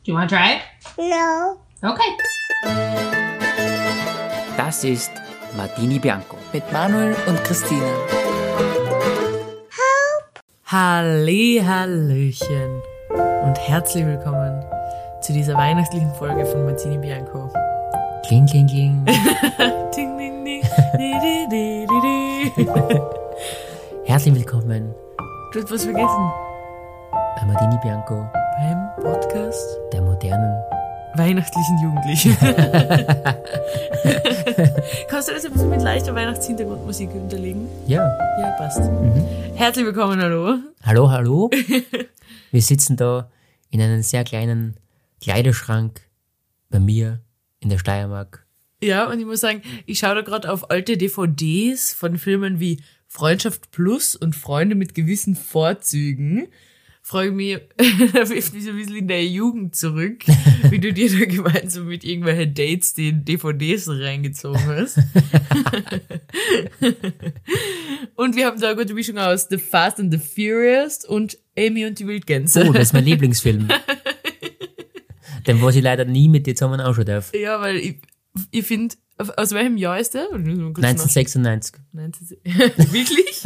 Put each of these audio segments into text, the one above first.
Do you want to try it? No. Okay. Das ist Martini Bianco. Mit Manuel und Christina. Hallöchen und herzlich willkommen zu dieser weihnachtlichen Folge von Martini Bianco. Kling, kling, kling. Ding, ding, ding. Di, di, di, di. Herzlich willkommen Du hast was vergessen. bei Martini Bianco, Beim Podcast der modernen. weihnachtlichen Jugendlichen. Kannst du das ein bisschen mit leichter Weihnachtshintergrundmusik unterlegen? Ja. Ja, passt. Herzlich willkommen, hallo. Hallo, hallo. Wir sitzen da in einem sehr kleinen Kleiderschrank bei mir in der Steiermark. Ja, und ich muss sagen, ich schaue da gerade auf alte DVDs von Filmen wie Freundschaft Plus und Freunde mit gewissen Vorzügen. Freue mich, da wirft mich so ein bisschen in der Jugend zurück, wie du dir da gemeinsam mit irgendwelchen Dates die DVDs reingezogen hast. Und wir haben da eine gute Mischung aus The Fast and the Furious und Amy und die Wildgänse. Oh, das ist mein Lieblingsfilm. Den, was ich leider nie mit dir zusammen anschauen darf. Ja, weil ich finde, aus welchem Jahr ist der? 1996. Wirklich?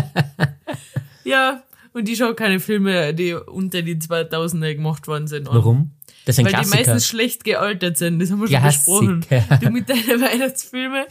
Ja, und ich schaue keine Filme, die unter die 2000er gemacht worden sind. Warum? Das ist ein Weil Klassiker. die meistens schlecht gealtert sind, das haben wir schon besprochen. Du mit deinen Weihnachtsfilmen,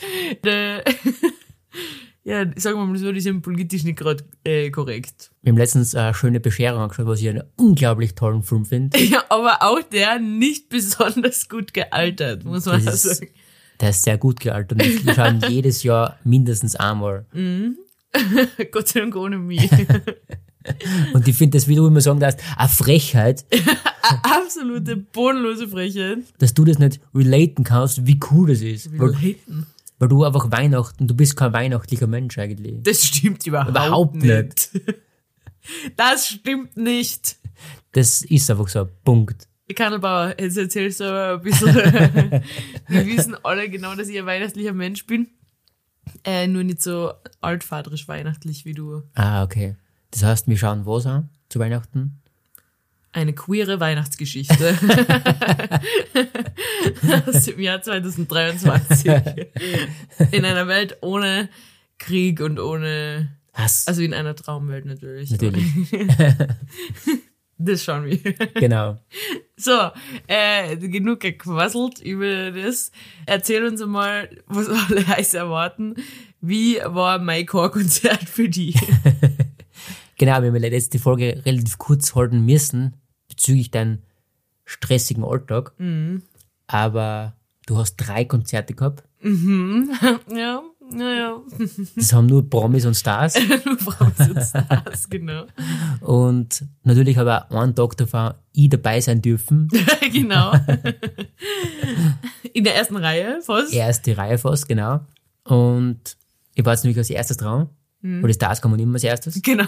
ja, sagen wir mal so, die sind politisch nicht gerade korrekt. Wir haben letztens eine schöne Bescherung angeschaut, was ich einen unglaublich tollen Film finde. Ja, aber auch der nicht besonders gut gealtert, muss man auch sagen. Der ist sehr gut gealtert und wir schauen jedes Jahr mindestens einmal. Gott sei Dank ohne mich. Und ich finde das, wie du immer sagen darfst, eine Frechheit, Absolute bodenlose Frechheit. dass du das nicht relaten kannst, wie cool das ist. Relaten. Weil du einfach du bist kein weihnachtlicher Mensch eigentlich. Das stimmt Überhaupt nicht. Das stimmt nicht. Das ist einfach so, Punkt. Kannelbauer, jetzt erzählst du aber ein bisschen. Wir wissen alle genau, dass ich ein weihnachtlicher Mensch bin. Nur nicht so altvaterisch weihnachtlich wie du. Ah, okay. Das heißt, wir schauen was an zu Weihnachten? Eine queere Weihnachtsgeschichte. Aus dem Jahr 2023. In einer Welt ohne Krieg und ohne... Hass. Also in einer Traumwelt natürlich. Natürlich. Das schauen wir. Genau. So, genug gequasselt über das. Erzähl uns einmal, was alle heiß erwarten. Wie war mein Chorkonzert für dich? Genau, wir haben ja letzte Folge relativ kurz halten müssen, bezüglich deinem stressigen Alltag. Aber du hast 3 Konzerte gehabt. Ja, naja. Das haben nur Promis und Stars. Du brauchst jetzt das, genau. Und natürlich habe ich auch einen Tag davon ich dabei sein dürfen. Genau. In der ersten Reihe fast. Erste Reihe fast, genau. Und ich war jetzt natürlich als erstes dran. Weil die Stars kommen immer als erstes. Genau.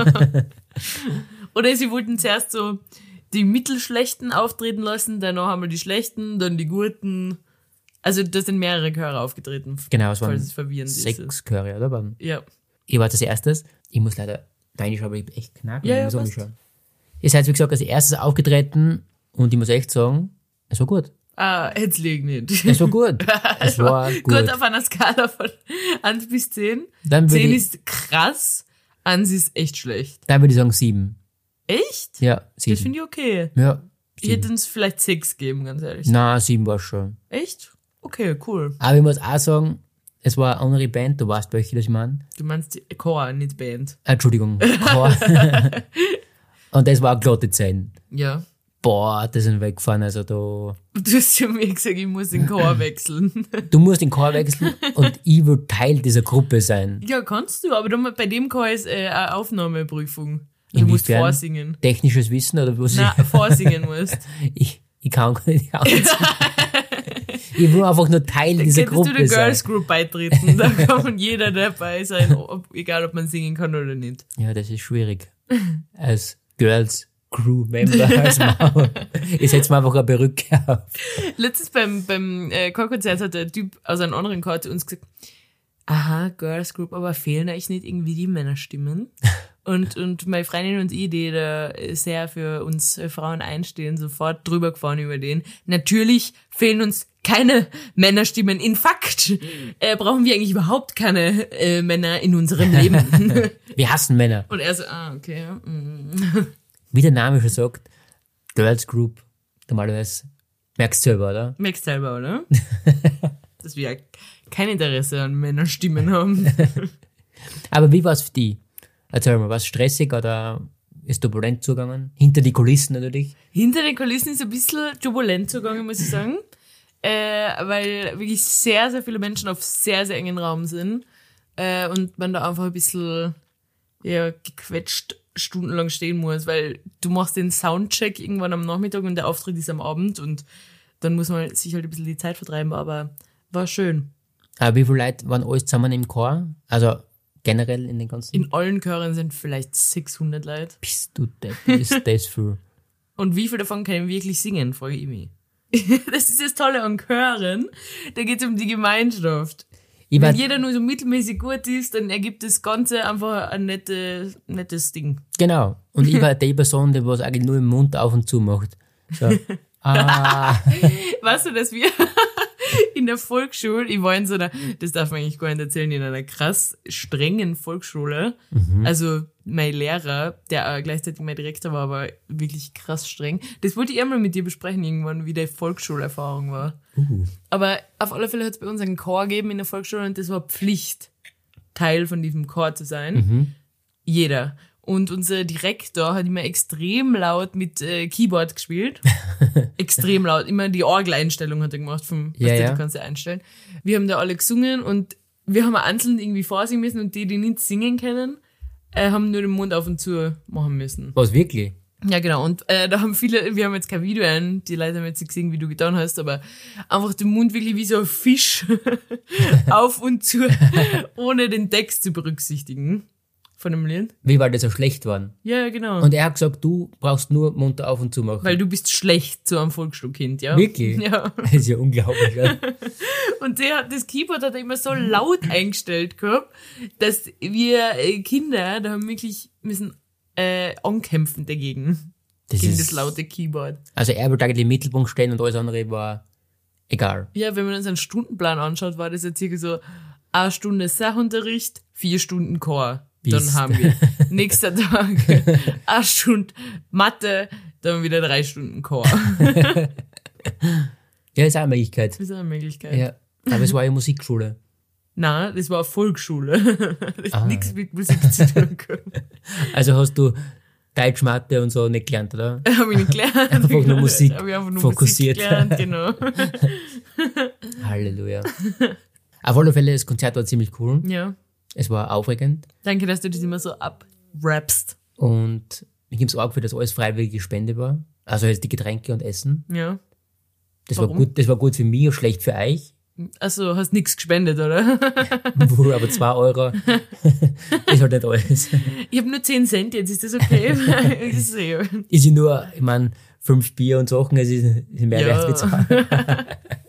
Oder sie wollten zuerst so die Mittelschlechten auftreten lassen, danach haben wir die Schlechten, dann die Guten. Also da sind mehrere Chöre aufgetreten. Genau, es waren falls es verwirrend 6 Chöre, oder? Waren. Ja. Ich war als erstes. Ich muss leider reinschauen, aber ich hab echt knacken. Ja, ich ja, muss passt. umschauen. Ihr seid, wie gesagt, als erstes aufgetreten und ich muss echt sagen, es war gut. Ah, jetzt lieg nicht. Es war gut. Es war gut. Gut auf einer Skala von 1 bis 10. Dann würde 10 ich- ist krass, 1 ist echt schlecht. Dann würde ich sagen 7. Echt? Ja, 7. Das finde ich okay. Ja, Ich hätte uns vielleicht 6 geben, ganz ehrlich. na 7 war schon. Echt? Okay, cool. Aber ich muss auch sagen, es war eine andere Band, du weißt, welche das ich meine. Du meinst die Chor, nicht Band. Entschuldigung, Chor. Und das war eine glatte 10. Ja. Boah, das sind weggefahren, also da. Du hast zu mir gesagt, ich muss den Chor wechseln. Du musst den Chor wechseln und ich will Teil dieser Gruppe sein. Ja, kannst du, aber dann, bei dem Chor ist eine Aufnahmeprüfung. Du musst Inwiefern? vorsingen. Technisches Wissen oder was? Nein, vorsingen musst. Ich kann nicht aus. Ich will einfach nur Teil dieser Könntest du Gruppe der sein. Girls Group beitreten? Da kann jeder dabei sein, egal ob man singen kann oder nicht. Ja, das ist schwierig. Als Girls Crew Member, als Mauer. Ich setze mir einfach eine Perücke auf. Letztens beim Chorkonzert hat der Typ aus einem anderen Chor zu uns gesagt, aha, Girls Group, aber fehlen euch nicht irgendwie die Männerstimmen? Und meine Freundin und ich, die da sehr für uns Frauen einstehen, sofort drüber gefahren über den. Natürlich fehlen uns keine Männerstimmen. In Fakt brauchen wir eigentlich überhaupt keine Männer in unserem Leben. Wir hassen Männer. Und er so, okay. Wie der Name schon sagt, Girls Group, normalerweise merkst du selber, oder? Merkst selber, oder? Dass wir kein Interesse an Männerstimmen haben. Aber wie war es für dich? Erzähl mal, war es stressig oder ist turbulent zugegangen? Hinter die Kulissen natürlich? Hinter den Kulissen ist ein bisschen turbulent zugegangen, muss ich sagen. Weil wirklich sehr, sehr viele Menschen auf sehr, sehr engen Raum sind. Und man da einfach ein bisschen gequetscht stundenlang stehen muss, weil du machst den Soundcheck irgendwann am Nachmittag und der Auftritt ist am Abend und dann muss man sich halt ein bisschen die Zeit vertreiben, aber war schön. Aber wie viele Leute waren alles zusammen im Chor? Also generell in den ganzen... In allen Chören sind vielleicht 600 Leute. Bist du Depp, ist das viel? Und wie viel davon können wirklich singen, frage ich mich. Das ist das Tolle an Chören, da geht es um die Gemeinschaft. Wenn jeder nur so mittelmäßig gut ist, dann ergibt das Ganze einfach ein nettes Ding. Genau. Und ich war die Person, die was eigentlich nur im Mund auf und zu macht. So. Weißt du, dass wir in der Volksschule, ich war in so einer, das darf man eigentlich gar nicht erzählen, in einer krass strengen Volksschule. Also mein Lehrer, der auch gleichzeitig mein Direktor war, war wirklich krass streng. Das wollte ich einmal mit dir besprechen irgendwann, wie die Volksschulerfahrung war. Aber auf alle Fälle hat es bei uns einen Chor gegeben in der Volksschule und das war Pflicht, Teil von diesem Chor zu sein. Jeder. Und unser Direktor hat immer extrem laut mit Keyboard gespielt. Extrem laut. Immer die Orgeleinstellung hat er gemacht, du kannst ja einstellen. Wir haben da alle gesungen und wir haben einzeln irgendwie vorsingen müssen und die nicht singen können, haben nur den Mund auf und zu machen müssen. Was, wirklich? Ja, genau. Und da haben viele, wir haben jetzt kein Video ein, die Leute haben jetzt nicht gesehen, wie du getan hast, aber einfach den Mund wirklich wie so ein Fisch auf und zu, ohne den Text zu berücksichtigen von dem Lied. Wie, weil das so schlecht waren? Ja, genau. Und er hat gesagt, du brauchst nur Mund auf und zu machen. Weil du bist schlecht zu einem Volksschulkind, ja. Wirklich? Ja. Das ist ja unglaublich, ja. Und das Keyboard hat er immer so laut eingestellt gehabt, dass wir Kinder, da haben wirklich müssen ankämpfen dagegen. Gegen das laute Keyboard. Also er wollte eigentlich im Mittelpunkt stehen und alles andere war egal. Ja, wenn man uns einen Stundenplan anschaut, war das ja circa so 1 Stunde Sachunterricht, 4 Stunden Chor. Dann haben wir nächster Tag 1 Stunde Mathe, dann wieder 3 Stunden Chor. Ja, ist auch eine Möglichkeit. Das ist eine Möglichkeit. Ja, aber es war ja Musikschule. Nein, das war eine Volksschule. Das hat nichts mit Musik zu tun gehabt. Also hast du Deutsch, Mathe und so nicht gelernt, oder? Habe ich nicht gelernt. Einfach nur Musik Habe ich einfach nur fokussiert. Musik gelernt, genau. Halleluja. Auf alle Fälle, das Konzert war ziemlich cool. Ja. Es war aufregend. Danke, dass du das immer so abrappst. Und ich gebe es auch für, dass alles freiwillige Spende war. Also jetzt die Getränke und Essen. Ja. Das war gut für mich und schlecht für euch. Also hast nichts gespendet, oder? Aber 2 Euro ist halt nicht alles. Ich habe nur 10 Cent, jetzt ist das okay? Ist ja nur, ich meine, 5 Bier und Sachen, es ist mehr wert wie 2.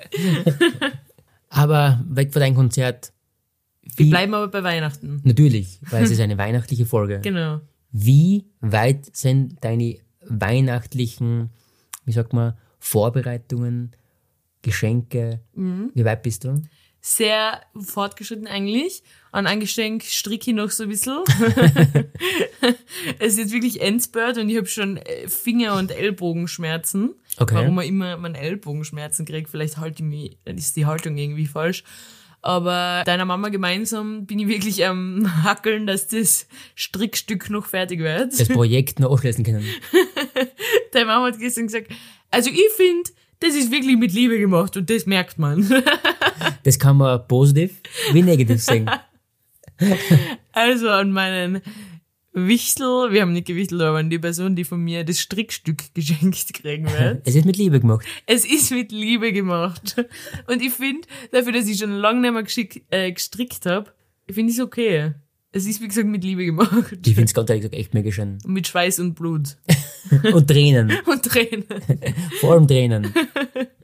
Aber weg von deinem Konzert. Wir bleiben aber bei Weihnachten. Natürlich, weil es ist eine weihnachtliche Folge. Genau. Wie weit sind deine weihnachtlichen, wie sagt man, Vorbereitungen, Geschenke? Wie weit bist du? Sehr fortgeschritten eigentlich. An ein Geschenk stricke ich noch so ein bisschen. Es ist jetzt wirklich Endspurt und ich habe schon Finger- und Ellbogenschmerzen. Okay. Warum man immer meine Ellbogenschmerzen kriegt, vielleicht ist die Haltung irgendwie falsch. Aber deiner Mama gemeinsam bin ich wirklich am Hackeln, dass das Strickstück noch fertig wird. Das Projekt noch abschließen können. Deine Mama hat gestern gesagt, also ich finde, das ist wirklich mit Liebe gemacht und das merkt man. Das kann man positiv wie negativ sehen. Also an meinen Wichtel, wir haben nicht gewichtelt, aber an die Person, die von mir das Strickstück geschenkt kriegen wird. Es ist mit Liebe gemacht. Es ist mit Liebe gemacht. Und ich finde, dafür, dass ich schon lange nicht mehr gestrickt habe, finde ich es okay. Es ist, wie gesagt, mit Liebe gemacht. Ich finde es ganz ehrlich gesagt echt mega schön. Und mit Schweiß und Blut. Und Tränen. Und Tränen. Vor allem Tränen.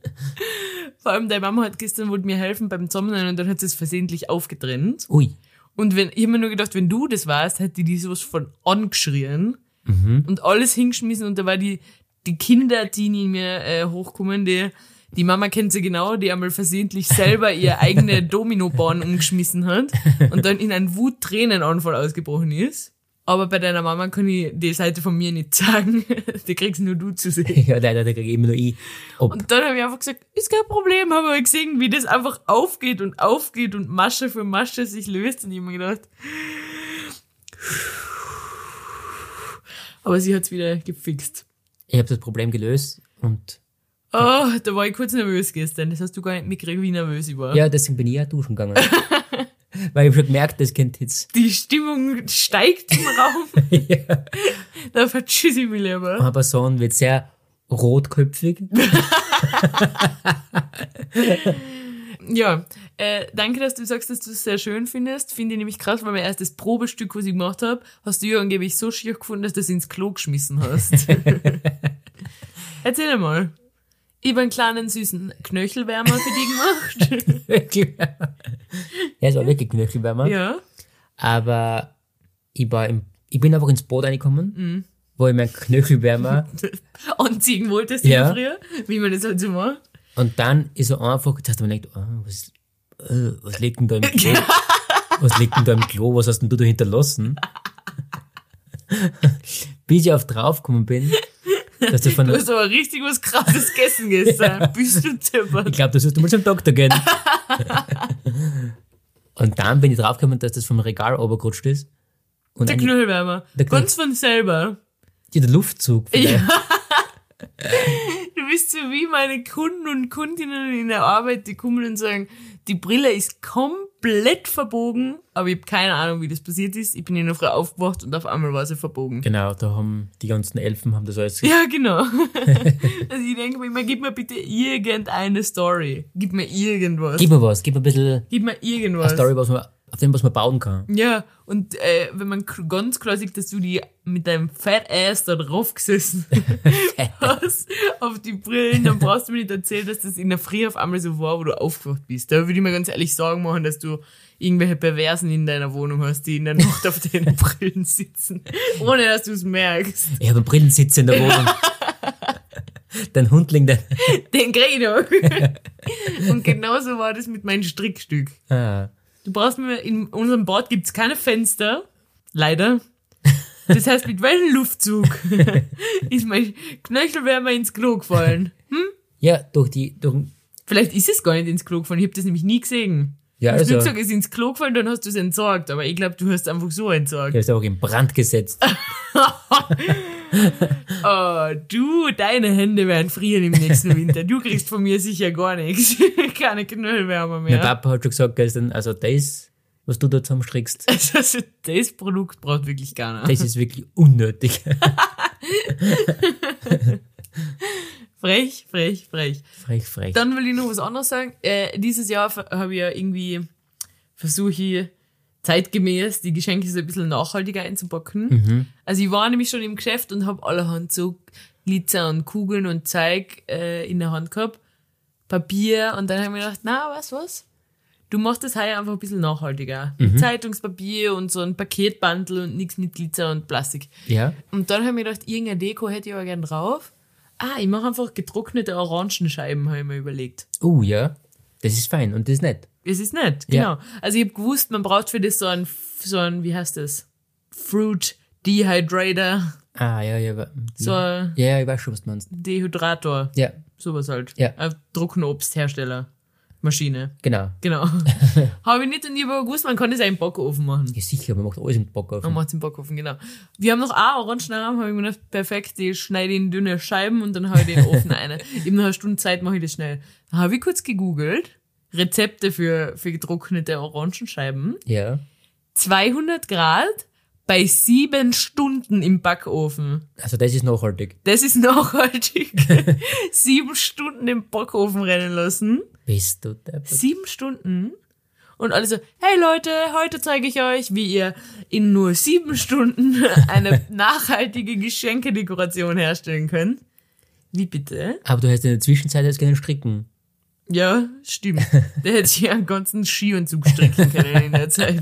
Vor allem deine Mama hat gestern wollte mir helfen beim Zusammenhängen und dann hat sie es versehentlich aufgetrennt. Ui. Und ich habe mir nur gedacht, wenn du das warst, hätte die sowas von angeschrien und alles hingeschmissen und da war die Kinder, die in mir hochkommen, die Mama kennt sie genau, die einmal versehentlich selber ihre eigene Dominobahn umgeschmissen hat und dann in einen Wut-Tränenanfall ausgebrochen ist. Aber bei deiner Mama kann ich die Seite von mir nicht sagen. Die kriegst nur du zu sehen. Ja, leider, da krieg ich immer nur ich. Und dann habe ich einfach gesagt, ist kein Problem, habe aber gesehen, wie das einfach aufgeht und Masche für Masche sich löst. Und ich habe mir gedacht, aber sie hat's wieder gefixt. Ich habe das Problem gelöst und... Oh, da war ich kurz nervös gestern. Das hast du gar nicht mitgekriegt, wie nervös ich war. Ja, deswegen bin ich ja duschen gegangen. Weil ich schon gemerkt, das Kind jetzt... Die Stimmung steigt im Raum. Ja. Da verschüsse ich mich lieber. Mein Person wird sehr rotköpfig. Ja, danke, dass du sagst, dass du es sehr schön findest. Finde ich nämlich krass, weil mein erstes Probestück, was ich gemacht habe, hast du ja angeblich so schier gefunden, dass du es ins Klo geschmissen hast. Erzähl mal. Ich habe einen kleinen süßen Knöchelwärmer für dich gemacht. Ja, es war wirklich Knöchelwärmer. Ja. Aber ich bin einfach ins Boot reingekommen, wo ich meinen Knöchelwärmer anziehen wolltest Ja. früher, wie man das halt so macht. und dann ist er einfach, jetzt hast du mir gedacht, was liegt denn da im Klo? Was liegt denn da im Klo? Was hast denn du da hinterlassen? Bis ich auf draufgekommen bin, dass das von Du hast aber richtig was Krasses gegessen gestern. Bist du deppert. ich glaube, da sollst du mal zum Doktor gehen. Und dann bin ich draufgekommen, dass das vom Regal runtergerutscht ist. Und Der eigentlich- Knöchelwärmer. Der Knöchel- Ganz von selber. ja, der Luftzug. vielleicht. Du bist so wie meine Kunden und Kundinnen in der Arbeit, die kommen und sagen, die Brille ist komplett verbogen, aber ich habe keine Ahnung, wie das passiert ist. Ich bin in der Früh aufgewacht und auf einmal war sie verbogen. Genau, da haben die ganzen Elfen haben das alles. Ja, genau. Also ich denke mir immer, gib mir bitte irgendeine Story. Gib mir irgendwas. Gib mir was, gib mir ein bisschen Gib mir irgendwas. eine Story, auf dem, was man bauen kann. Ja, und wenn man ganz klar sieht, dass du die mit deinem Fat Ass da drauf gesessen hast, auf die Brillen, dann brauchst du mir nicht erzählen, dass das in der Früh auf einmal so war, wo du aufgewacht bist. Da würde ich mir ganz ehrlich Sorgen machen, dass du irgendwelche Perversen in deiner Wohnung hast, die in der Nacht auf deinen Brillen sitzen, ohne dass du es merkst. Ich habe einen Brillensitz in der Wohnung. Dein Hundling, Den krieg ich noch. Und genauso war das mit meinem Strickstück. Ah. Du brauchst mir, in unserem Bad gibt's keine Fenster. Leider. Das heißt, mit welchem Luftzug ist mein Knöchelwärmer ins Klo gefallen? Ja, durch Vielleicht ist es gar nicht ins Klo gefallen. Ich habe das nämlich nie gesehen. ja, Du hast also, nur gesagt, es ist ins Klo gefallen, dann hast du es entsorgt. Aber ich glaube, du hast es einfach so entsorgt. ich habe es auch in Brand gesetzt. Oh, deine Hände werden frieren im nächsten Winter. Du kriegst von mir sicher gar nichts. Keine Knöchelwärmer Mein mehr. Papa hat schon gesagt gestern, also das, was du da zusammenstrickst, Also, das Produkt braucht wirklich keiner. das ist wirklich unnötig. Frech. Frech. Dann will ich noch was anderes sagen. Dieses Jahr habe ich ja irgendwie versuche ich zeitgemäß die Geschenke so ein bisschen nachhaltiger einzupacken. Also ich war nämlich schon im Geschäft und habe allerhand so Glitzer und Kugeln und Zeug in der Hand gehabt. Papier und dann habe ich mir gedacht, na, weißt du was? Du machst das heuer einfach ein bisschen nachhaltiger. Mit Zeitungspapier und so ein Paketbandel und nichts mit Glitzer und Plastik. Ja. Und dann habe ich mir gedacht, irgendeine Deko hätte ich aber gern drauf. Ich mache einfach getrocknete Orangenscheiben, habe ich mir überlegt. Ja. Das ist fein und das ist nett. Es ist nett, Ja. genau. Also ich habe gewusst, man braucht für das so ein, wie heißt das? Fruit Dehydrator. Ja. So ein Ja, ich weiß schon, was du meinst. Dehydrator. Ja, Sowas halt. Ja. Ein Trockenobsthersteller. Maschine. genau. Genau. Habe ich nicht und ich habe aber gewusst, man kann das auch im Backofen machen. Ja, sicher, man macht alles im Bock auf. Man macht es im Backofen, genau. Wir haben noch auch Orangen haben, habe ich mir gedacht, perfekt, die schneide ich in dünne Scheiben und dann habe ich den Ofen rein. In einer Stunde Zeit mache ich das schnell. Dann habe ich kurz gegoogelt, Rezepte für getrocknete Orangenscheiben. Ja. 200 Grad bei 7 Stunden im Backofen. Also das ist nachhaltig. Das ist nachhaltig. 7 Stunden im Backofen rennen lassen. Bist du deppert? 7 Stunden. Und alle so, hey Leute, heute zeige ich euch, wie ihr in nur 7 Stunden eine nachhaltige Geschenkedekoration herstellen könnt. Wie bitte? Aber du hast in der Zwischenzeit jetzt gerne stricken. Ja, stimmt. Der hätte sich einen ganzen Skianzug stricken können in der Zeit.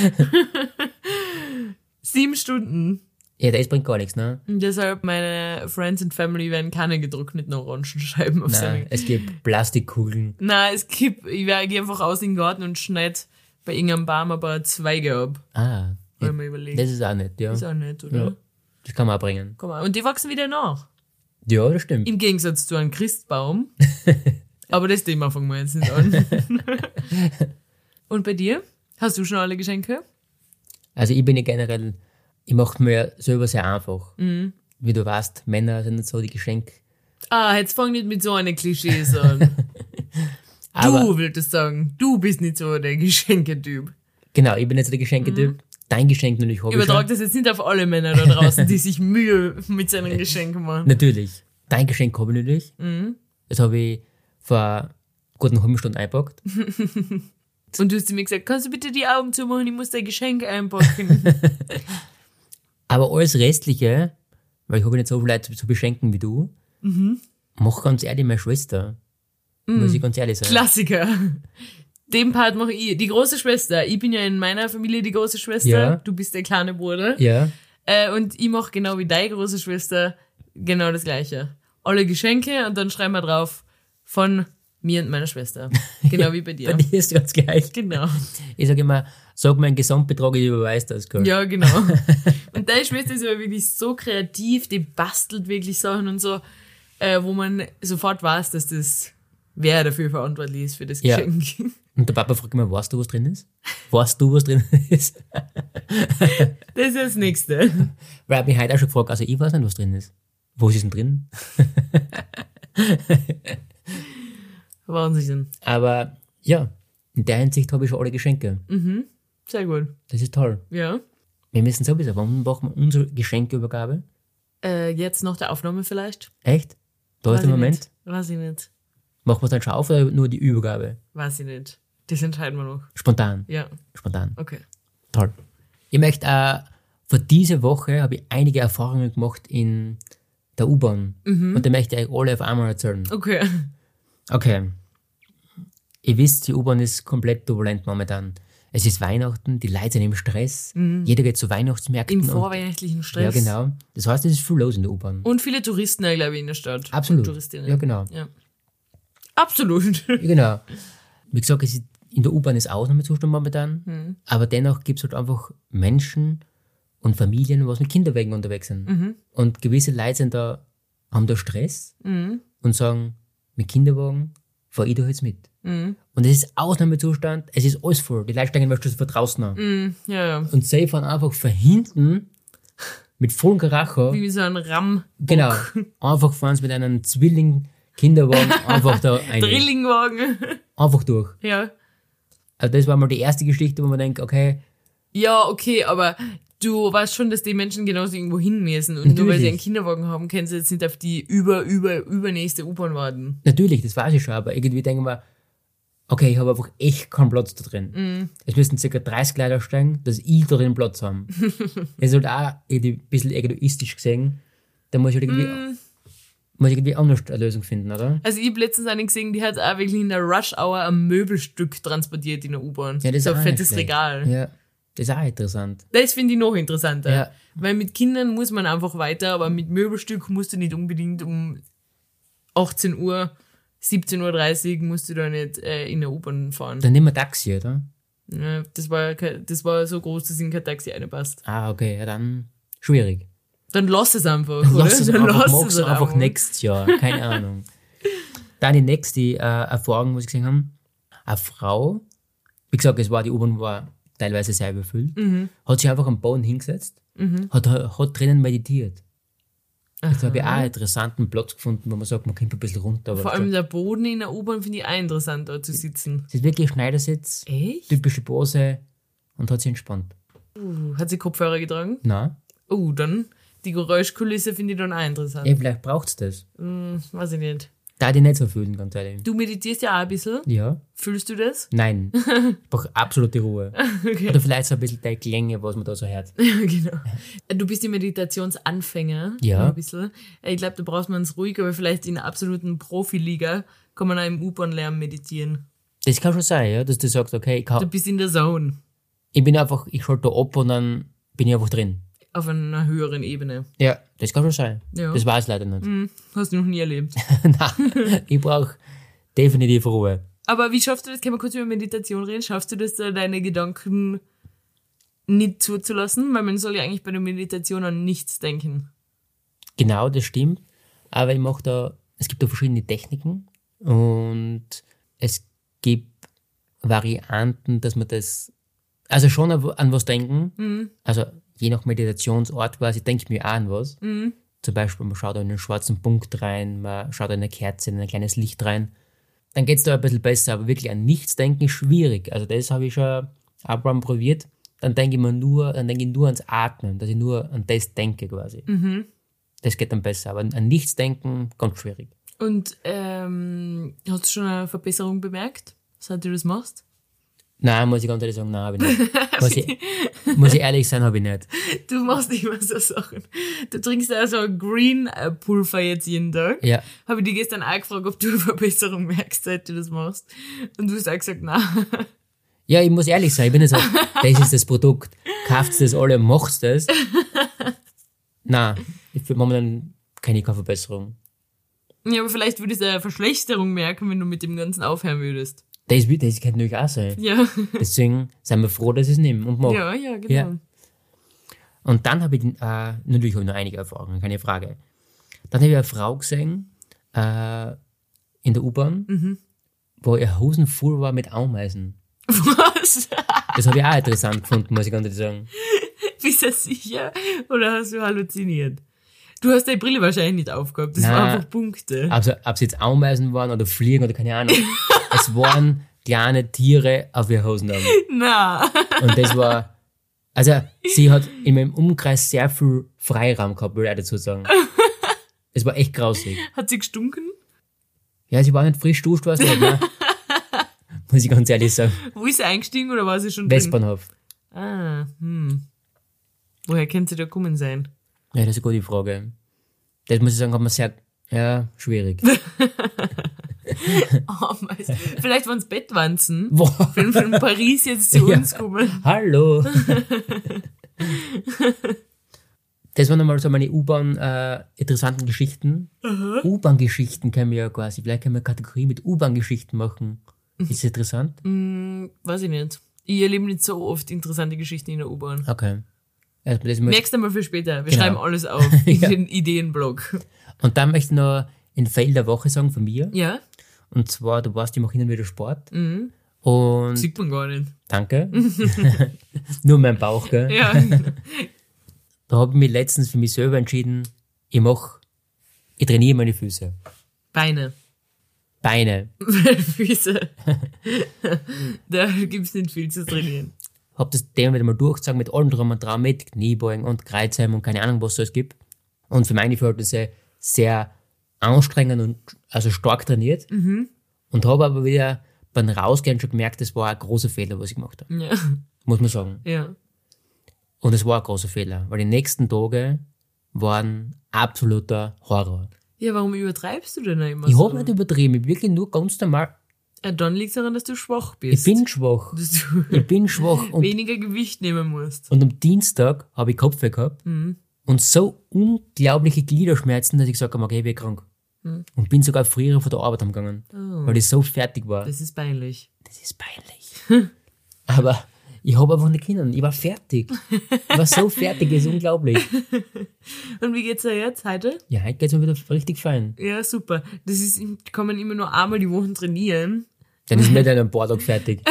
7 Stunden. Ja, das bringt gar nichts, ne? Und deshalb, meine Friends and Family werden keine getrockneten Orangenscheiben auf Nein, seine... es gibt Plastikkugeln. Nein, ich gehe einfach aus in den Garten und schneide bei irgendeinem Baum ein paar Zweige ab. Ah, Wollen wir überlegen. das ist auch nett, ja. Ist auch nett, oder? Ja, das kann man auch bringen. Komm mal. Und die wachsen wieder nach. Ja, das stimmt. Im Gegensatz zu einem Christbaum. Aber das Thema fangen wir jetzt nicht an. Und bei dir? Hast du schon alle Geschenke? Also ich bin ja generell, ich mache mir selber sehr einfach. Wie du weißt, Männer sind nicht so die Geschenke. Ah, jetzt fang nicht mit so einer Klischees an. Aber Du würdest sagen, du bist nicht so der Geschenketyp. genau, ich bin jetzt der Geschenketyp. Dein Geschenk natürlich habe ich Übertrag schon. das jetzt nicht auf alle Männer da draußen, die sich Mühe mit seinen Geschenken machen. Natürlich. Dein Geschenk habe ich natürlich. Das habe ich vor einer guten halben Stunde eingepackt. Und du hast zu mir gesagt, kannst du bitte die Augen zumachen, ich muss dein Geschenk einpacken. Aber alles Restliche, weil ich habe nicht so viel Leute zu beschenken wie du, mach ganz ehrlich meine Schwester. Muss ich ganz ehrlich sagen. Klassiker. Den Part mache ich. Die große Schwester. Ich bin ja in meiner Familie die große Schwester. Ja. Du bist der kleine Bruder. Ja. Und ich mache genau wie deine große Schwester genau das Gleiche. Alle Geschenke und dann schreiben wir drauf von mir und meiner Schwester. Genau wie bei dir. Bei dir ist ganz gleich. Genau. Ich sage immer, sag mir einen Gesamtbetrag, ich überweise das. Gell? Ja, genau. Und deine Schwester ist aber wirklich so kreativ, die bastelt wirklich Sachen und so, wo man sofort weiß, dass das wer dafür verantwortlich ist für das Ja. Geschenk. Und der Papa fragt immer, weißt du, was drin ist? Weißt du, was drin ist? Das ist das Nächste. Weil er hat mich heute auch schon gefragt, also ich weiß nicht, was drin ist. Was ist denn drin? Wahnsinn. Aber ja, in der Hinsicht habe ich schon alle Geschenke. Sehr gut. Das ist toll. Ja. Wir müssen sowieso, wann machen wir unsere Geschenkeübergabe? Jetzt nach der Aufnahme vielleicht? Echt? Da ist der Moment. Nicht. Weiß ich nicht. Machen wir es dann schon auf oder nur die Übergabe? Weiß ich nicht. Das entscheiden wir noch. Spontan. Ja. Spontan. Okay. Toll. Ich möchte auch, für diese Woche habe ich einige Erfahrungen gemacht in der U-Bahn. Und die möchte ich euch alle auf einmal erzählen. Okay. Okay. Ihr wisst, die U-Bahn ist komplett turbulent momentan. Es ist Weihnachten, die Leute sind im Stress. Jeder geht zu Weihnachtsmärkten. Im vorweihnachtlichen Stress. Ja, genau. Das heißt, es ist viel los in der U-Bahn. Und viele Touristen, glaube ich, in der Stadt. Absolut. Und Touristinnen. Ja, genau. Ja. Absolut. Ja, genau. Wie gesagt, es ist, in der U-Bahn ist Ausnahmezustand momentan, aber dennoch gibt es halt einfach Menschen und Familien, die mit Kinderwagen unterwegs sind. Und gewisse Leute sind da, haben da Stress und sagen, mit Kinderwagen fahr ich da jetzt mit. Und es ist Ausnahmezustand, es ist alles voll. Die Leute steigen meistens von draußen an. Ja, ja. Und sie fahren einfach von hinten mit vollem Karacho. Wie so ein Ram. Genau. Einfach fahren sie mit einem Zwilling-Kinderwagen einfach da rein. Drillingwagen. Einfach durch. Ja. Also das war mal die erste Geschichte, wo man denkt, okay, Ja, okay, aber du weißt schon, dass die Menschen genauso irgendwo hin müssen. Und nur weil sie einen Natürlich. Kinderwagen haben, können sie jetzt nicht auf die übernächste U-Bahn warten. natürlich, das weiß ich schon, aber irgendwie denken wir, okay, ich habe einfach echt keinen Platz da drin. Es müssen ca. 30 Leute aussteigen, dass ich da drin Platz habe. Das ist halt auch irgendwie ein bisschen egoistisch gesehen. Da muss ich halt irgendwie anders eine Lösung finden, oder? Also ich habe letztens eine gesehen, die hat auch wirklich in der Rush-Hour ein Möbelstück transportiert in der U-Bahn. Ja, das so ist ein auch nicht fettes schlecht. Regal. Ja, das ist auch interessant. Das finde ich noch interessanter. Ja. Weil mit Kindern muss man einfach weiter, aber mit Möbelstück musst du nicht unbedingt um 18 Uhr, 17.30 Uhr musst du da nicht in der U-Bahn fahren. Dann nehmen wir Taxi, oder? Ja, das war so groß, dass in kein Taxi reinpasst. Ah, okay, ja dann schwierig. Dann lass es einfach, Dann oder? lass es Dann einfach, lass mach's es einfach nächstes Jahr, keine Ahnung. Dann die nächste Erfahrung, was ich gesehen habe, eine Frau, wie gesagt, die U-Bahn war teilweise sehr überfüllt, hat sich einfach am Boden hingesetzt, hat drinnen meditiert. Das habe ich auch einen interessanten Platz gefunden, wo man sagt, man kommt ein bisschen runter. Aber Vor allem der Boden in der U-Bahn finde ich auch interessant, da zu sitzen. es ist wirklich ein Schneidersitz, Echt? typische Pose und hat sich entspannt. Hat sie Kopfhörer getragen? Na, Dann die Geräuschkulisse finde ich dann auch interessant. vielleicht braucht es das. Weiß ich nicht. Da die nicht so fühlen, ganz ehrlich. Du meditierst ja auch ein bisschen. Ja. Fühlst du das? Nein. Ich brauche absolute Ruhe. Okay. Oder vielleicht so ein bisschen die Klänge, was man da so hört. Genau. Du bist ja Meditationsanfänger. Ja. Ein bisschen. Ich glaube, da brauchst man es ruhig, aber vielleicht in einer absoluten Profiliga kann man auch im U-Bahn-Lärm meditieren. Das kann schon sein, ja, dass du sagst, okay, Du bist in der Zone. ich schalte da ab und dann bin ich einfach drin. Auf einer höheren Ebene. Ja, das kann schon sein. Ja. Das weiß ich leider nicht. Hast du noch nie erlebt. Nein, ich brauche definitiv Ruhe. Aber wie schaffst du das? Können wir kurz über Meditation reden? Schaffst du das, da deine Gedanken nicht zuzulassen? Weil man soll ja eigentlich bei der Meditation an nichts denken. Genau, das stimmt. Aber es gibt da verschiedene Techniken und es gibt Varianten, dass man das, also schon an was denken. Also je nach Meditationsort quasi denke ich mir auch an was. Zum Beispiel, man schaut in einen schwarzen Punkt rein, man schaut in eine Kerze, in ein kleines Licht rein. Dann geht's da ein bisschen besser, aber wirklich an nichts denken ist schwierig. Also das habe ich schon ein paar Mal probiert. Dann denke ich nur ans Atmen, dass ich nur an das denke quasi. Das geht dann besser, aber an nichts denken, ganz schwierig. Und hast du schon eine Verbesserung bemerkt, seit du das machst? Nein, muss ich ganz ehrlich sagen, nein, habe ich nicht. Muss ich ehrlich sein, habe ich nicht. Du machst immer so Sachen. Du trinkst ja so ein Green-Pulver jetzt jeden Tag. Ja. Habe ich dich gestern auch gefragt, ob du eine Verbesserung merkst, seit du das machst. Und du hast auch gesagt, nein. Ja, ich muss ehrlich sein, ich bin nicht so, das ist das Produkt, kauft das alle, macht's das. Nein, ich finde momentan keine Verbesserung. Ja, aber vielleicht würdest du eine Verschlechterung merken, wenn du mit dem Ganzen aufhören würdest. Das kann natürlich auch sein. Ja. Deswegen sind wir froh, dass ich es nehme und mache. Ja, genau. Ja. Und dann habe ich, natürlich habe ich noch einige Erfahrungen, keine Frage. Dann habe ich eine Frau gesehen, in der U-Bahn, wo ihr Hosen voll war mit Ameisen. Was? Das habe ich auch interessant gefunden, muss ich ganz ehrlich sagen. Bist du sicher? Oder hast du halluziniert? Du hast deine Brille wahrscheinlich nicht aufgehabt. Das Nein. waren einfach Punkte. Also, ob es jetzt Ameisen waren oder Fliegen oder keine Ahnung. Es waren kleine Tiere auf ihr Hosen haben. Na. Und das war, also, sie hat in meinem Umkreis sehr viel Freiraum gehabt, würde ich dazu sagen. Es war echt grausig. Hat sie gestunken? Ja, sie war nicht frisch duscht, was nicht, ne? Muss ich ganz ehrlich sagen. Wo ist sie eingestiegen oder war sie schon drin? Westbahnhof. Ah, Woher könnte sie da gekommen sein? Ja, das ist eine gute Frage. Das muss ich sagen, hat man sehr, schwierig. Ameisen. Vielleicht waren es Bettwanzen. Boah. Wenn von Paris jetzt zu uns kommen. Hallo. Das waren einmal so meine U-Bahn interessanten Geschichten. U-Bahn-Geschichten können wir ja quasi, vielleicht können wir eine Kategorie mit U-Bahn-Geschichten machen. Ist das interessant? Weiß ich nicht. Ich erlebe nicht so oft interessante Geschichten in der U-Bahn. Okay. Also das Merkst du mal für später. Wir Genau. schreiben alles auf in den Ideenblog. Und dann möchte ich noch ein Fail der Woche sagen von mir. Ja? Und zwar, du weißt, ich mache hin und wieder Sport. Und Sieht man gar nicht. danke. Nur mein Bauch, gell? Ja. Da habe ich mich letztens für mich selber entschieden, ich trainiere meine Füße. Beine. Füße. Da gibt's nicht viel zu trainieren. Hab das Thema wieder mal durchgezogen mit allem drum und dran, mit Kniebeugen und Kreuzheben und keine Ahnung, was es alles gibt. Und für meine Verhältnisse sehr anstrengend und also stark trainiert. Und habe aber wieder beim Rausgehen schon gemerkt, das war ein großer Fehler, was ich gemacht habe. Ja. Muss man sagen. Ja. Und es war ein großer Fehler, weil die nächsten Tage waren absoluter Horror. Ja, warum übertreibst du denn da immer Ich so? habe nicht übertrieben, ich bin wirklich nur ganz normal. Ja, dann liegt es daran, dass du schwach Ich bist. bin schwach. Dass du Ich bin schwach. Und weniger Gewicht nehmen musst. am Dienstag habe ich Kopfweh gehabt und so unglaubliche Gliederschmerzen, dass ich gesagt habe, okay, ich bin krank. Und bin sogar früher von der Arbeit gegangen, weil ich so fertig war. Das ist peinlich. Das ist peinlich. Aber ich habe einfach nicht können. Ich war fertig. Ich war so fertig, das ist unglaublich. Und wie geht's dir jetzt heute? Ja, heute geht's mir wieder richtig fein. Ja, super. Kann man immer nur einmal die Woche trainieren. Dann ist nicht ein paar Tage fertig.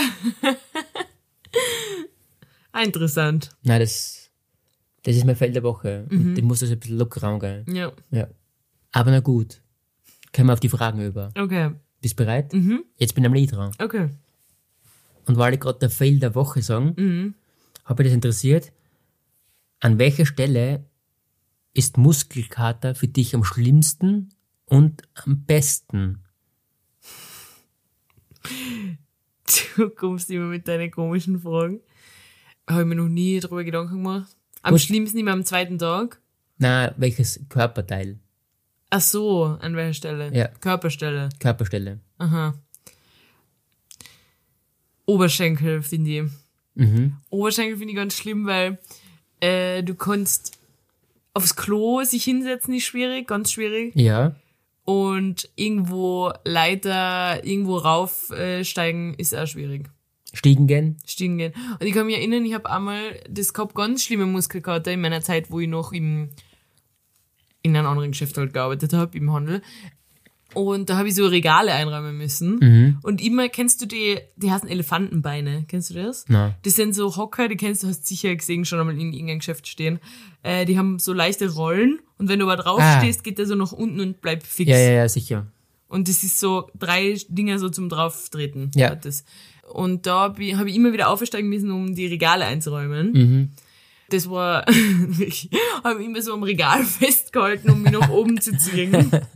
Interessant. Nein, das ist mein Feld der Woche. Und ich muss das ein bisschen locker angehen. Ja. Ja. Aber na gut. Können wir auf die Fragen über. Okay. Bist du bereit? Jetzt bin ich am Lied dran. Okay. Und weil ich gerade der Fail der Woche sagen, habe mich das interessiert, an welcher Stelle ist Muskelkater für dich am schlimmsten und am besten? Du kommst immer mit deinen komischen Fragen. Habe ich mir noch nie darüber Gedanken gemacht. Am Gut. schlimmsten immer am zweiten Tag. Na, welches Körperteil? Ach so, an welcher Stelle? Ja. Körperstelle. Körperstelle. Aha. Oberschenkel, finde ich. Oberschenkel finde ich ganz schlimm, weil du kannst aufs Klo sich hinsetzen, ist schwierig, ganz schwierig. Ja. Und irgendwo Leiter, irgendwo raufsteigen, ist auch schwierig. Stiegen gehen? Stiegen gehen. Und ich kann mich erinnern, ich habe einmal das gehabt, ganz schlimme Muskelkater in meiner Zeit, wo ich noch in einem anderen Geschäft halt gearbeitet habe, im Handel. Und da habe ich so Regale einräumen müssen. Und immer, kennst du die heißen Elefantenbeine, kennst du das? Nein. Das sind so Hocker, die kennst du, hast sicher gesehen, schon einmal in irgendeinem Geschäft stehen. Die haben so leichte Rollen und wenn du aber drauf stehst, geht der so nach unten und bleibt fix. Ja, sicher. Und das ist so 3 Dinger so zum Drauftreten. Ja. Hat das. Und da habe ich immer wieder aufsteigen müssen, um die Regale einzuräumen. Das war, ich habe immer so am Regal festgehalten, um mich nach oben zu ziehen.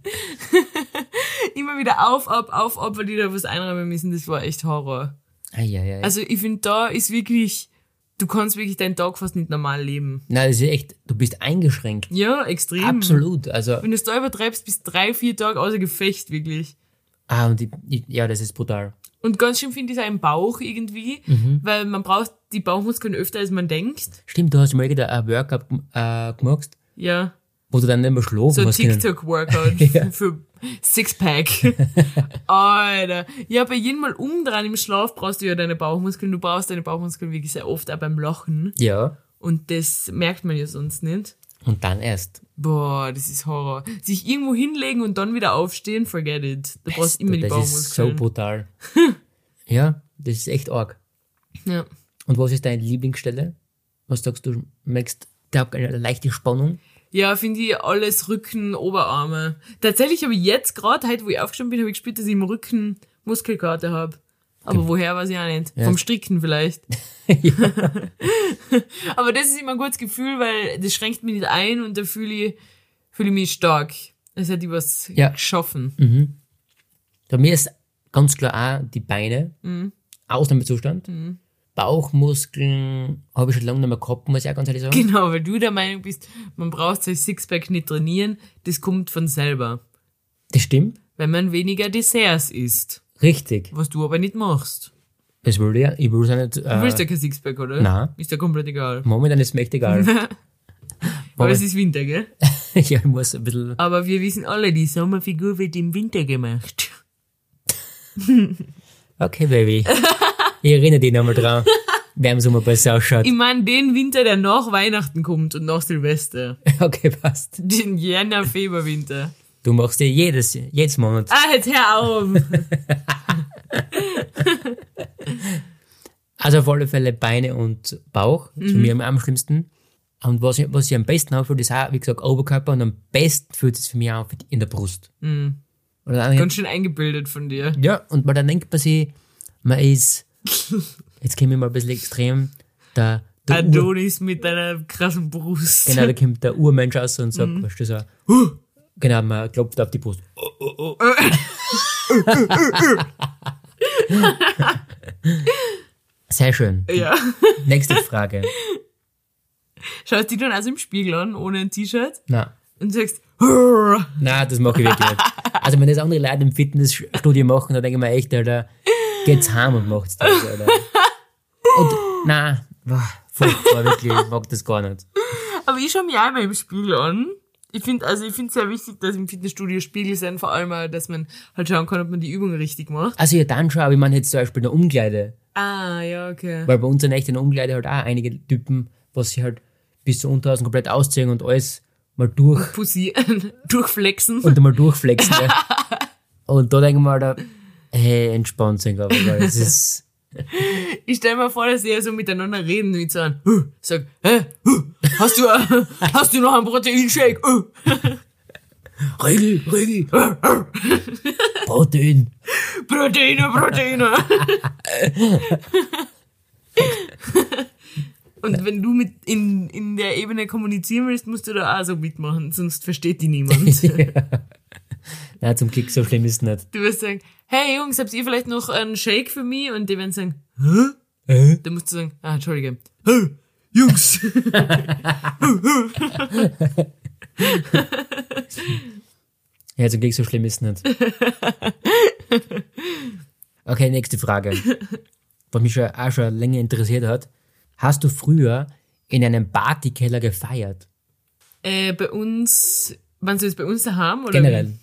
Immer wieder auf, weil die da was einräumen müssen. Das war echt Horror. Ei. Also ich finde, da ist wirklich, du kannst wirklich deinen Tag fast nicht normal leben. Nein, das ist echt, du bist eingeschränkt. Ja, extrem. Absolut. Also, Wenn du es da übertreibst, bis 3-4 Tage außer Gefecht, wirklich. und ja, das ist brutal. Und ganz schön finde ich es auch im Bauch irgendwie, weil man braucht die Bauchmuskeln öfter, als man denkt. Stimmt, du hast mal ein Workout gemacht, Ja, wo du dann nicht mehr schlafen so ein hast können. TikTok-Workout Ja. für Sixpack. Alter. Ja, bei jedem Mal umdrehen im Schlaf brauchst du ja deine Bauchmuskeln. Du brauchst deine Bauchmuskeln wirklich sehr oft, auch beim Lachen. Ja. Und das merkt man ja sonst nicht. Und dann erst. Boah, das ist Horror. Sich irgendwo hinlegen und dann wieder aufstehen, forget it. Du brauchst immer die Das ist so Bauchmuskeln. brutal. Ja, das ist echt arg. Ja. Und was ist deine Lieblingsstelle? Was sagst du, merkst du eine leichte Spannung? Ja, finde ich alles Rücken, Oberarme. Tatsächlich habe ich jetzt gerade, heute wo ich aufgestanden bin, habe ich gespürt, dass ich im Rücken Muskelkater habe. Aber woher, weiß ich auch nicht. Ja. Vom Stricken vielleicht. Aber das ist immer ein gutes Gefühl, weil das schränkt mich nicht ein und da fühle ich mich stark. Als hätte ich was geschaffen. Bei mir ist ganz klar auch die Beine. Ausnahmezustand. Bauchmuskeln habe ich schon lange nicht mehr gehabt, muss ich auch ganz ehrlich sagen. Genau, weil du der Meinung bist, man braucht sein Sixpack nicht trainieren, das kommt von selber. Das stimmt. Wenn man weniger Desserts isst. Richtig. Was du aber nicht machst. Das will ich ja. Ich will es auch nicht. Du willst ja kein Sixpack, oder? Nein. Ist ja komplett egal. Momentan ist mir echt egal. Aber es ist Winter, gell? Ja, ich muss ein bisschen. Aber wir wissen alle, die Sommerfigur wird im Winter gemacht. Okay, Baby. Ich erinnere dich nochmal dran, wer im Sommer besser ausschaut. Ich meine den Winter, der nach Weihnachten kommt und nach Silvester. Okay, passt. Den Jänner, Februar, Winter. Du machst dir jedes Monat. Jetzt hör auf! Also auf alle Fälle Beine und Bauch. Das ist für mich am schlimmsten. Und was ich am besten anfühlt, ist auch, wie gesagt, Oberkörper. Und am besten fühlt es für mich auch in der Brust. Oder dann, Ganz schön eingebildet von dir. ja, und weil dann denkt man sich, man ist, jetzt kommen wir mal ein bisschen extrem, der Adonis mit deiner krassen Brust. genau, da kommt der Urmensch raus und sagt, weißt du, so, genau, man klopft auf die Brust. Sehr schön. Ja. Nächste Frage. Schaust du dich dann also im Spiegel an, ohne ein T-Shirt? Nein. Und sagst, "Hurr." Nein, das mache ich wirklich nicht. Also wenn das andere Leute im Fitnessstudio machen, dann denke ich mir echt, Alter, geht's heim und macht's das, Alter. Und nein, furchtbar, wirklich, ich mag das gar nicht. Aber ich schaue mich auch immer im Spiegel an. Ich finde es sehr wichtig, dass im Fitnessstudio Spiegel sind, vor allem auch, dass man halt schauen kann, ob man die Übung richtig macht. Also ja, dann schon, aber ich meine jetzt zum Beispiel in der Umkleide. Ah, ja, okay. Weil bei uns sind echt in der Umkleide halt auch einige Typen, was sie halt bis zu Unterhosen komplett ausziehen und alles mal Pussy, durchflexen. und einmal durchflexen. Ja. Und da denken wir halt, hey, entspannt sein, aber weil es ist, Ich stell mir vor, dass die ja so miteinander reden, wie so ein, sag, hast du noch einen Proteinshake? Regel, Protein. Proteine. Und wenn du mit in der Ebene kommunizieren willst, musst du da auch so mitmachen, sonst versteht die niemand. Nein, zum Glück, so schlimm ist es nicht. Du wirst sagen, hey Jungs, habt ihr vielleicht noch einen Shake für mich? Und die werden sagen, Dann musst du sagen, Entschuldige. Hey, Jungs! Ja, zum Glück, so schlimm ist es nicht. Okay, nächste Frage. Was mich auch schon länger interessiert hat. Hast du früher in einem Partykeller gefeiert? Bei uns, meinst du jetzt bei uns daheim? Oder Generell?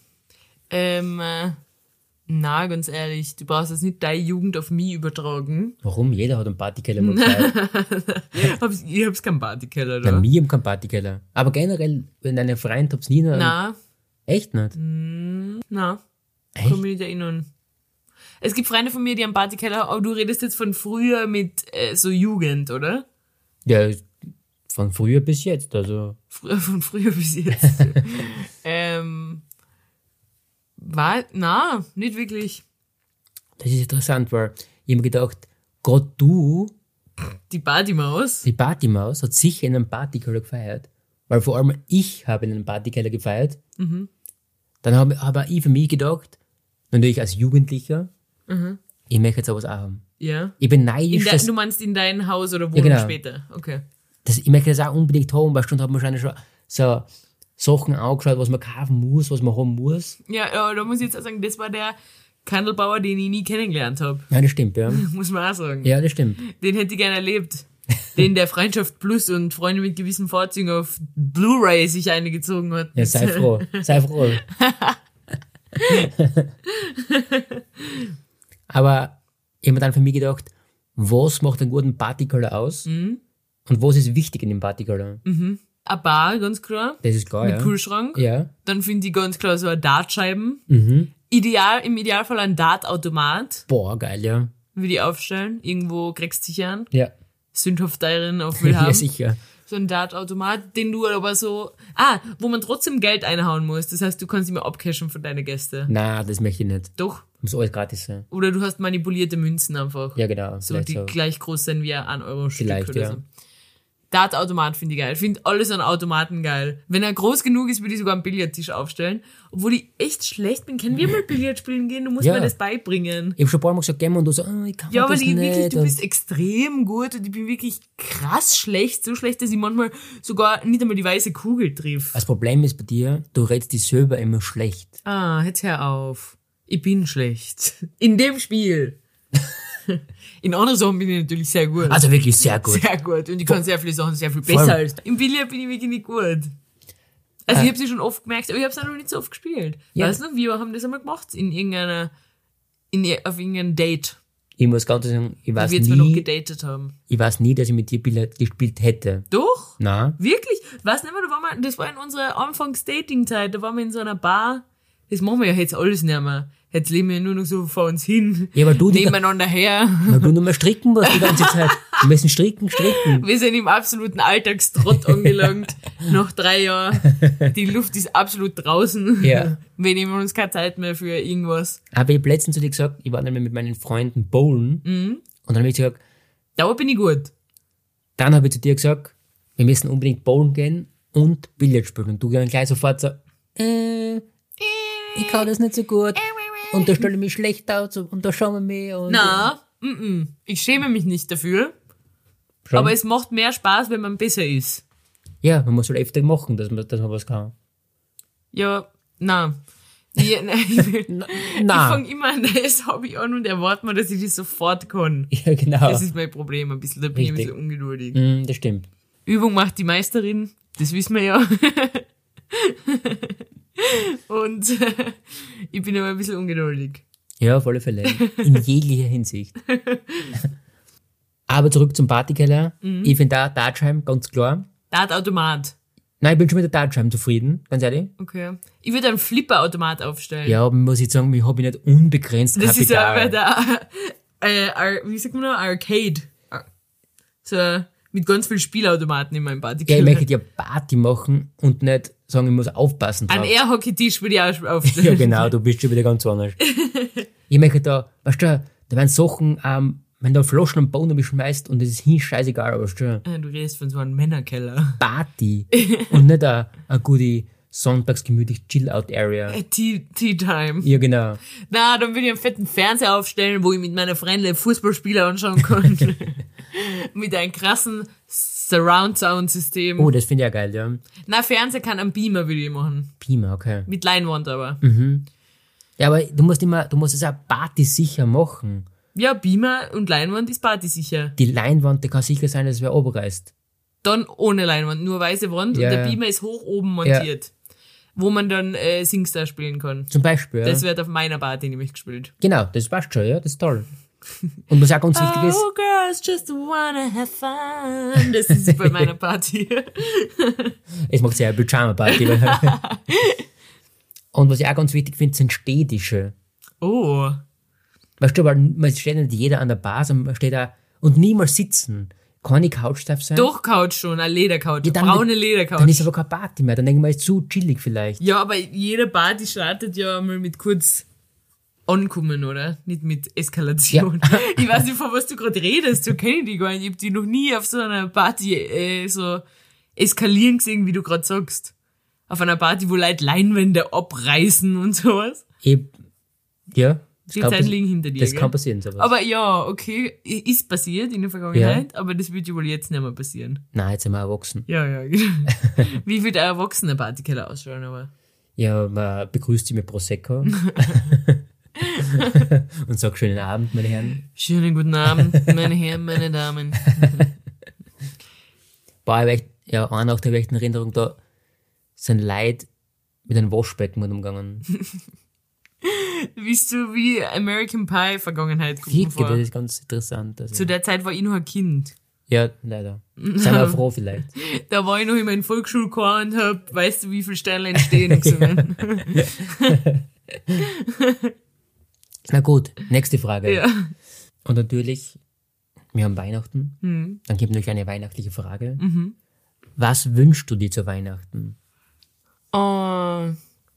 Na, ganz ehrlich, du brauchst jetzt nicht deine Jugend auf mich übertragen. Warum? Jeder hat einen Partykeller mal gefeiert. Ihr habt keinen Partykeller, Bei oder? mir im keinen Partykeller. Aber generell, wenn deine Freund hab's nie noch. Na, Echt nicht? na, Echt? kann mich nicht erinnern. Es gibt Freunde von mir, die haben Partykeller, aber du redest jetzt von früher mit so Jugend, oder? Ja, von früher bis jetzt, also. Von früher bis jetzt. Na, nicht wirklich. Das ist interessant, weil ich hab mir gedacht, gerade du, Die Partymaus. die Partymaus, hat sicher in einem Partykeller gefeiert. Weil vor allem ich habe in einem Partykeller gefeiert. Dann habe ich für mich gedacht, natürlich als Jugendlicher, ich möchte jetzt sowas auch haben. Ja. Ich bin neidisch, Du meinst in dein Haus oder Wohnung genau. später? Okay. ich möchte das auch unbedingt haben, weil schon hat man wahrscheinlich schon so Sachen angeschaut, was man kaufen muss, was man haben muss. Ja, da muss ich jetzt auch sagen, das war der Kandelbauer, den ich nie kennengelernt habe. Ja, das stimmt, ja. Muss man auch sagen. Ja, das stimmt. Den hätte ich gerne erlebt. Den der Freundschaft Plus und Freunde mit gewissen Vorzügen auf Blu-ray sich eingezogen hat. Ja, sei froh. Sei froh. Aber ich habe mir dann für mich gedacht, was macht einen guten Partykeller aus? Und was ist wichtig in dem Partykeller? Eine Bar, ganz klar. Das ist klar, Mit ja. Kühlschrank. Ja. Dann finde ich ganz klar so eine Dartscheiben. Im Idealfall ein Dartautomat, Boah, geil, ja. würde ich aufstellen. Irgendwo kriegst du sicher an. Ja. Sündhaft-Deirin auf will haben. Ja, sicher. So ein Dartautomat, den du aber so, wo man trotzdem Geld einhauen muss. Das heißt, du kannst immer abcashen von deinen Gästen. Nein, das möchte ich nicht. Doch. Muss alles gratis sein. Oder du hast manipulierte Münzen einfach. Ja, genau. So, vielleicht die so. gleich groß sind wie ein Euro-Stück Vielleicht, oder ja. so. Dartautomat finde ich geil. Finde alles an Automaten geil. Wenn er groß genug ist, würde ich sogar einen Billardtisch aufstellen. Obwohl ich echt schlecht bin. Können wir mal Billard spielen gehen? Du musst Ja. mir das beibringen. Ich habe schon ein paar Mal gesagt, gehen wir, und du so, ich kann Ja, aber das nicht. du Und- bist extrem gut und ich bin wirklich krass schlecht. So schlecht, dass ich manchmal sogar nicht einmal die weiße Kugel triff. Das Problem ist bei dir, du redest dich selber immer schlecht. Jetzt hör auf. Ich bin schlecht. In dem Spiel. In anderen Sachen bin ich natürlich sehr gut. Also wirklich sehr gut. Sehr gut. Und ich kann sehr viele Sachen sehr viel Voll. besser als. Im Billard bin ich wirklich nicht gut. Also ich habe sie schon oft gemerkt, aber ich habe es auch noch nicht so oft gespielt. Ja. Weißt du, wir haben das einmal gemacht auf irgendeinem Date. Ich muss ganz ehrlich sagen, Wie wir noch nie, gedatet haben. ich weiß nie, dass ich mit dir Billard gespielt hätte. Doch? Nein. Wirklich? Weißt du nicht mehr, das war in unserer Anfangs-Dating-Zeit, da waren wir in so einer Bar. Das machen wir ja jetzt alles nicht mehr. Jetzt leben wir nur noch so vor uns hin. Ja, weil du nebeneinander her. weil du nur mehr stricken musst die ganze Zeit. Wir müssen stricken. Wir sind im absoluten Alltagstrott angelangt. Nach 3 Jahren. Die Luft ist absolut draußen. Ja. Wir nehmen uns keine Zeit mehr für irgendwas. Aber ich habe letztens zu dir gesagt, ich war nämlich mit meinen Freunden bowlen. Und dann habe ich gesagt, Da bin ich gut. dann habe ich zu dir gesagt, wir müssen unbedingt bowlen gehen und Billard spielen. Und du dann gleich sofort so, ich kann das nicht so gut. Und da stelle ich mich schlecht aus und da schauen wir mich. Und Ich schäme mich nicht dafür. Schon? Aber es macht mehr Spaß, wenn man besser ist. Ja, man muss halt öfter machen, dass man was kann. Ja, na. Ich Na. fange immer ein neues Hobby an und erwarte mir, dass ich das sofort kann. Ja, genau. Das ist mein Problem ein bisschen. Da bin ich ein Richtig. bisschen ungeduldig. Das stimmt. Übung macht die Meisterin. Das wissen wir ja. Und ich bin aber ein bisschen ungeduldig. Ja, auf alle Fälle. In jeglicher Hinsicht. Aber zurück zum Partykeller. Ich finde da Dartscheiben, ganz klar. Dartautomat. Nein, ich bin schon mit der Dartscheiben zufrieden, ganz ehrlich. Okay. Ich würde einen Flipperautomat aufstellen. Ja, aber muss ich sagen, ich habe nicht unbegrenzt Das ist ja bei Kapital. der, wie sagt man noch, Arcade. So, mit ganz vielen Spielautomaten in meinem Ja, ich Partykeller. möchte ja Party machen und nicht sagen, ich muss aufpassen drauf. Ein Airhockey-Tisch würde ich auch aufstellen. Ja, genau, du bist schon wieder ganz anders. Ich möchte da, weißt du, da werden Sachen, wenn du Flaschen am Boden schmeißt und es ist scheißegal, aber weißt du, Du redest von so einem Männerkeller. Party und nicht eine gute sonntags gemütlich Chill-Out-Area. Tea Time. Ja, genau. Na, dann will ich einen fetten Fernseher aufstellen, wo ich mit meiner Freundin Fußballspieler anschauen kann. Mit einem krassen Surround-Sound-System. Oh, das finde ich ja geil, ja. Na, Fernseher kann am Beamer würde ich machen. Beamer, okay. Mit Leinwand aber. Ja, aber du musst es auch partysicher machen. Ja, Beamer und Leinwand ist partysicher. Die Leinwand, die kann sicher sein, dass wer runterreißt. Dann ohne Leinwand, nur weiße Wand Ja, und der ja. Beamer ist hoch oben montiert. Wo man dann Singstar spielen kann. Zum Beispiel, ja. Das wird auf meiner Party nämlich gespielt. Genau, das passt schon, ja, das ist toll. Und was auch ganz wichtig ist, Oh, girls just wanna have fun. Das ist bei meiner Party. es macht sehr eine Pyjama-Party. Und was ich auch ganz wichtig finde, sind Städtische. Oh. Weißt du, weil man steht nicht jeder an der Bar, sondern man steht da und niemals sitzen. Kann die Couch darf sein? Doch, Couch schon, eine Ledercouch, Ja, dann- braune Ledercouch. Dann ist aber keine Party mehr. Dann denke ich mal, ist zu chillig vielleicht. Ja, aber jede Party startet ja mal mit kurz ankommen, oder? Nicht mit Eskalation. Ich weiß nicht, von was du gerade redest, so kenne ich die gar nicht. Ich hab die noch nie auf so einer Party so eskalieren gesehen, wie du gerade sagst. Auf einer Party, wo Leute Leinwände abreißen und sowas. Ja. das Die kann Zeit passi- liegen hinter dir, Das gell? kann passieren, sowas. Aber ja, okay, ist passiert in der Vergangenheit, aber das wird ja wohl jetzt nicht mehr passieren. Nein, jetzt sind wir erwachsen. Ja, ja. Wie wird eine erwachsene Partykeller ausschauen, aber? Ja, man begrüßt sie mit Prosecco. Und sagt schönen Abend, meine Herren. Schönen guten Abend, meine Herren, meine Damen. Boah, eine Nacht habe ich echt in Erinnerung, da sind Leute mit einem Waschbecken umgegangen. Bist du wie American Pie Vergangenheit gucken Wirklich, vor? das ist ganz interessant. Also. Zu der Zeit war ich noch ein Kind. Ja, leider. Sind wir froh vielleicht. Da war ich noch in meinem Volksschulchor und hab, weißt du, wie viele Sterne entstehen gesungen. Na gut, nächste Frage. Ja. Und natürlich, wir haben Weihnachten. Dann gibt es natürlich eine weihnachtliche Frage. Was wünschst du dir zu Weihnachten? Oh,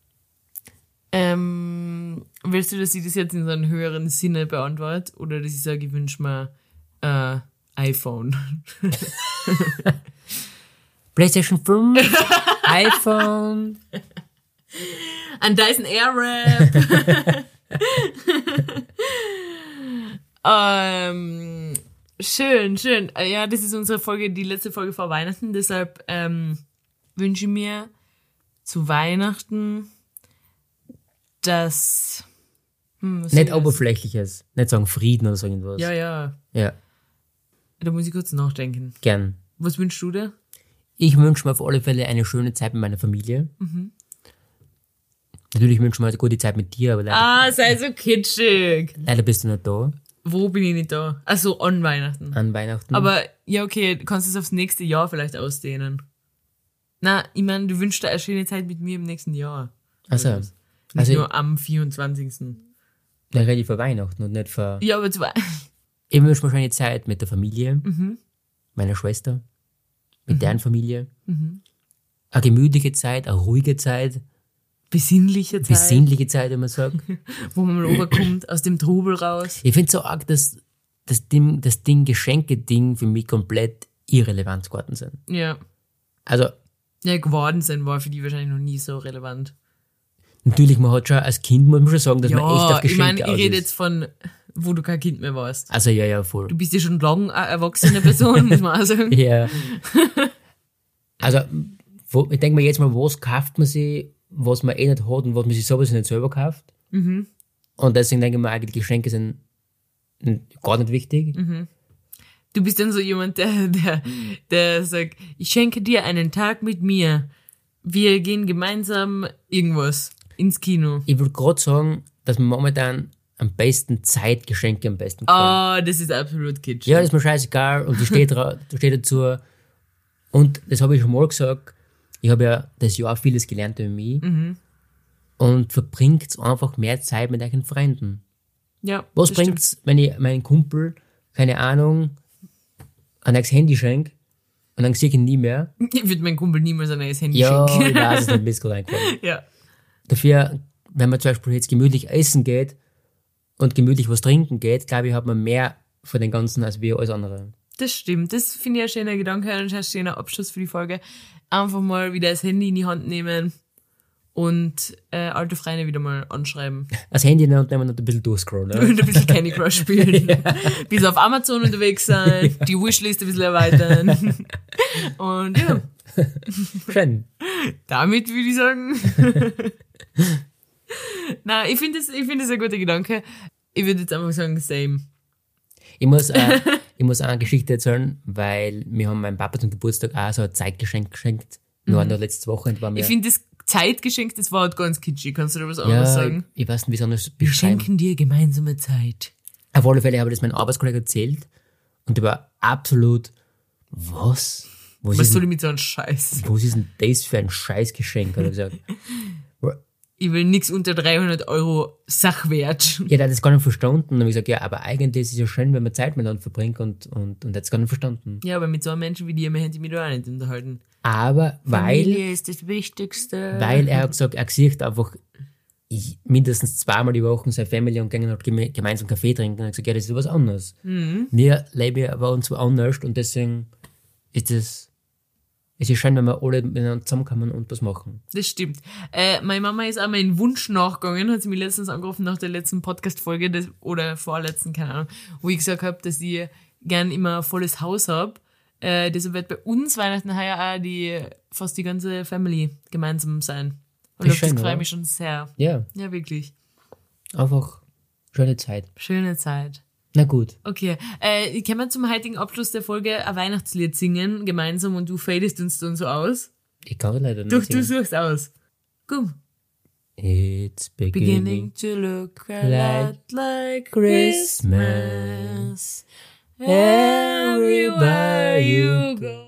willst du, dass ich das jetzt in so einem höheren Sinne beantworte? Oder dass ich sage, ich wünsche mir iPhone? PlayStation 5, iPhone. Ein Dyson Airwrap. Schön. Ja, das ist unsere Folge, die letzte Folge vor Weihnachten. Deshalb wünsche ich mir zu Weihnachten, dass Nicht oberflächliches. Nicht sagen Frieden oder so irgendwas. Ja. Ja, Da muss ich kurz nachdenken. gern. Was wünschst du dir? Ich wünsche mir auf alle Fälle eine schöne Zeit mit meiner Familie. Natürlich wünsche ich mir eine gute Zeit mit dir, aber Sei so kitschig. leider bist du nicht da Wo bin ich nicht da? Also an Weihnachten. an Weihnachten. Aber ja, okay, du kannst es aufs nächste Jahr vielleicht ausdehnen. Na, ich meine, du wünschst dir eine schöne Zeit mit mir im nächsten Jahr. also, Nicht also nur am 24. da rede ich für Weihnachten und nicht für... Ja, aber zwar. Ich wünsche mir schon eine Zeit mit der Familie, meiner Schwester, mit deren Familie. Eine gemütliche Zeit, eine ruhige Zeit, Besinnliche Zeit, besinnliche Zeit, wenn man sagt. wo man mal rüberkommt, aus dem Trubel raus. Ich finde so arg, dass das Ding Geschenke-Ding für mich komplett irrelevant geworden sind. Ja. Also, Ja, geworden sein war für die wahrscheinlich noch nie so relevant. natürlich, man hat schon, als Kind muss man schon sagen, dass man echt auf ich Geschenke meine, ich aus rede ist. jetzt von, wo du kein Kind mehr warst. Also, ja, voll. Du bist ja schon lange eine erwachsene Person, muss man auch sagen. Ja. Also, ich denke mir jetzt mal, was kauft man sich, was man eh nicht hat und was man sich sowieso nicht selber kauft. Und deswegen denke ich mir, eigentlich Geschenke sind gar nicht wichtig. Du bist dann so jemand, der sagt, ich schenke dir einen Tag mit mir. Wir gehen gemeinsam irgendwas ins Kino. Ich würde gerade sagen, dass man momentan am besten Zeitgeschenke am besten gefallen. Das ist absolut kitsch. Ja, das ist mir scheißegal und ich stehe dazu. Und das habe ich schon mal gesagt, ich habe ja das Jahr vieles gelernt über mich und verbringt einfach mehr Zeit mit euren Freunden. Ja, Was das bringt's, wenn ich meinen Kumpel, keine Ahnung, ein neues Handy schenke und dann sehe ich ihn nie mehr? stimmt. Ich würde meinem Kumpel niemals ein neues Handy Ja, ich schenken. weiß, es ist mir jetzt gerade eingefallen. Ja. Dafür, wenn man zum Beispiel jetzt gemütlich essen geht und gemütlich was trinken geht, glaube ich, hat man mehr von den Ganzen als wir alles andere. Das stimmt. Das finde ich ein schöner Gedanke und ein schöner Abschluss für die Folge. Einfach mal wieder das Handy in die Hand nehmen und alte Freunde wieder mal anschreiben. Das Handy in der Hand nehmen und ein bisschen durchscrollen. Und ein bisschen Candy Crush spielen. Bis auf Amazon unterwegs sein, die Wishlist ein bisschen erweitern. Und ja. Schön. Damit würde ich sagen. Nein, ich finde das ein guter Gedanke. Ich würde jetzt einfach sagen, same. Ich muss auch eine Geschichte erzählen, weil wir haben meinem Papa zum Geburtstag auch so ein Zeitgeschenk geschenkt. Nur letzte Woche waren wir. Ich finde das Zeitgeschenk, das war halt ganz kitschig. Kannst du da was anderes sagen? Ich weiß nicht, wie es anders Wir beschreiben. schenken dir gemeinsame Zeit. Auf alle Fälle habe ich das meinem Arbeitskollegen erzählt und der war absolut, was? Was soll ich mit so einem Scheiß? Was ist denn das für ein Scheißgeschenk, hat er gesagt. Ich will nichts unter 300 Euro Sachwert. Ja, der hat das gar nicht verstanden. Und ich gesagt, ja, aber eigentlich ist es ja schön, wenn man Zeit miteinander verbringt und hat es gar nicht verstanden. Ja, aber mit so einem Menschen wie dir möchte ich mich da auch nicht unterhalten. Aber Familie ist das Wichtigste. Weil er hat gesagt, er sieht einfach mindestens zweimal die Woche seine Family und gehen halt gemeinsam Kaffee trinken. Und er hat gesagt, ja, das ist was anderes. Wir leben aber uns so anders und deswegen ist es schön, wenn wir alle miteinander zusammenkommen und was machen. Das stimmt. Meine Mama ist auch meinen Wunsch nachgegangen, hat sie mich letztens angerufen nach der letzten Podcast-Folge oder vorletzten, keine Ahnung, wo ich gesagt habe, dass ich gern immer ein volles Haus habe. Deshalb wird bei uns Weihnachten heuer auch fast die ganze Family gemeinsam sein. Und auf das freue ich mich schon sehr. Ja. Ja, wirklich. Einfach schöne Zeit. Schöne Zeit. Na gut. Okay, können wir zum heutigen Abschluss der Folge ein Weihnachtslied singen, gemeinsam, und du fadest uns dann so aus? Ich kann leider nicht Doch, singen. du suchst aus. Komm. It's beginning to look a lot like Christmas. Christmas. Everywhere you go.